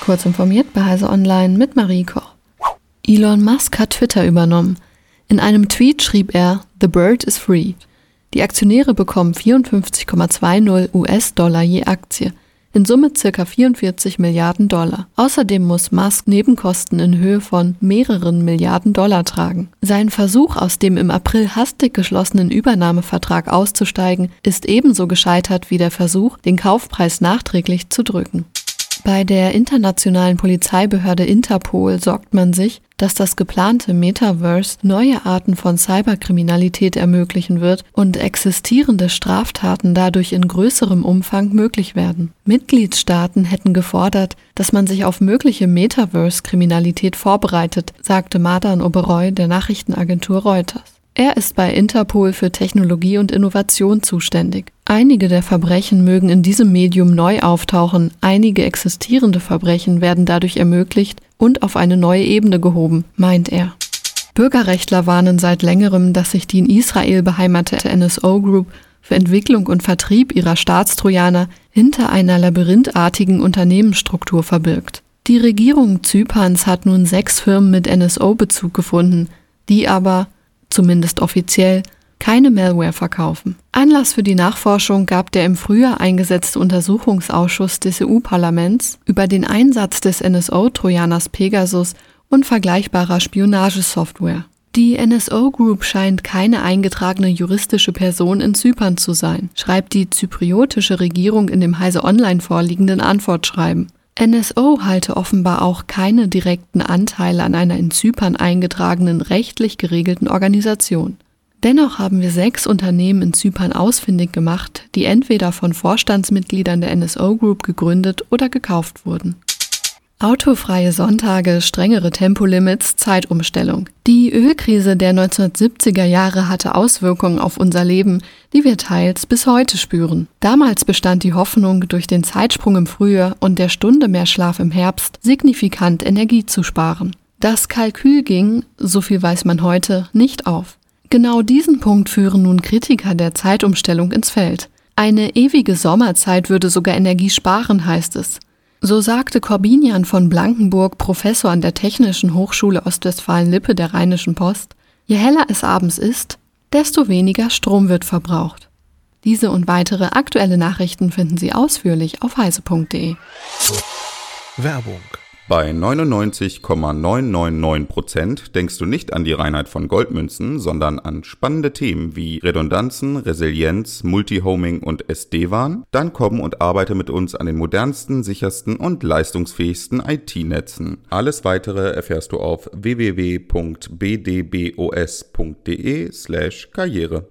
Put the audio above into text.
Kurz informiert bei Heise Online mit Marie Koch. Elon Musk hat Twitter übernommen. In einem Tweet schrieb er, "The bird is free." Die Aktionäre bekommen 54,20 US-Dollar je Aktie, in Summe ca. 44 Milliarden Dollar. Außerdem muss Musk Nebenkosten in Höhe von mehreren Milliarden Dollar tragen. Sein Versuch, aus dem im April hastig geschlossenen Übernahmevertrag auszusteigen, ist ebenso gescheitert wie der Versuch, den Kaufpreis nachträglich zu drücken. Bei der internationalen Polizeibehörde Interpol sorgt man sich, dass das geplante Metaverse neue Arten von Cyberkriminalität ermöglichen wird und existierende Straftaten dadurch in größerem Umfang möglich werden. Mitgliedstaaten hätten gefordert, dass man sich auf mögliche Metaverse-Kriminalität vorbereitet, sagte Madan Oberoi der Nachrichtenagentur Reuters. Er ist bei Interpol für Technologie und Innovation zuständig. Einige der Verbrechen mögen in diesem Medium neu auftauchen, einige existierende Verbrechen werden dadurch ermöglicht und auf eine neue Ebene gehoben, meint er. Bürgerrechtler warnen seit längerem, dass sich die in Israel beheimatete NSO Group für Entwicklung und Vertrieb ihrer Staatstrojaner hinter einer labyrinthartigen Unternehmensstruktur verbirgt. Die Regierung Zyperns hat nun 6 Firmen mit NSO-Bezug gefunden, die aber, zumindest offiziell, keine Malware verkaufen. Anlass für die Nachforschung gab der im Frühjahr eingesetzte Untersuchungsausschuss des EU-Parlaments über den Einsatz des NSO-Trojaners Pegasus und vergleichbarer Spionagesoftware. Die NSO Group scheint keine eingetragene juristische Person in Zypern zu sein, schreibt die zypriotische Regierung in dem Heise Online vorliegenden Antwortschreiben. NSO halte offenbar auch keine direkten Anteile an einer in Zypern eingetragenen, rechtlich geregelten Organisation. Dennoch haben wir 6 Unternehmen in Zypern ausfindig gemacht, die entweder von Vorstandsmitgliedern der NSO Group gegründet oder gekauft wurden. Autofreie Sonntage, strengere Tempolimits, Zeitumstellung. Die Ölkrise der 1970er Jahre hatte Auswirkungen auf unser Leben, die wir teils bis heute spüren. Damals bestand die Hoffnung, durch den Zeitsprung im Frühjahr und der Stunde mehr Schlaf im Herbst signifikant Energie zu sparen. Das Kalkül ging, so viel weiß man heute, nicht auf. Genau diesen Punkt führen nun Kritiker der Zeitumstellung ins Feld. Eine ewige Sommerzeit würde sogar Energie sparen, heißt es. So sagte Corbinian von Blankenburg, Professor an der Technischen Hochschule Ostwestfalen-Lippe der Rheinischen Post: Je heller es abends ist, desto weniger Strom wird verbraucht. Diese und weitere aktuelle Nachrichten finden Sie ausführlich auf heise.de. Werbung. Bei 99,999% denkst du nicht an die Reinheit von Goldmünzen, sondern an spannende Themen wie Redundanzen, Resilienz, Multihoming und SD-WAN? Dann komm und arbeite mit uns an den modernsten, sichersten und leistungsfähigsten IT-Netzen. Alles Weitere erfährst du auf www.bdbos.de/karriere.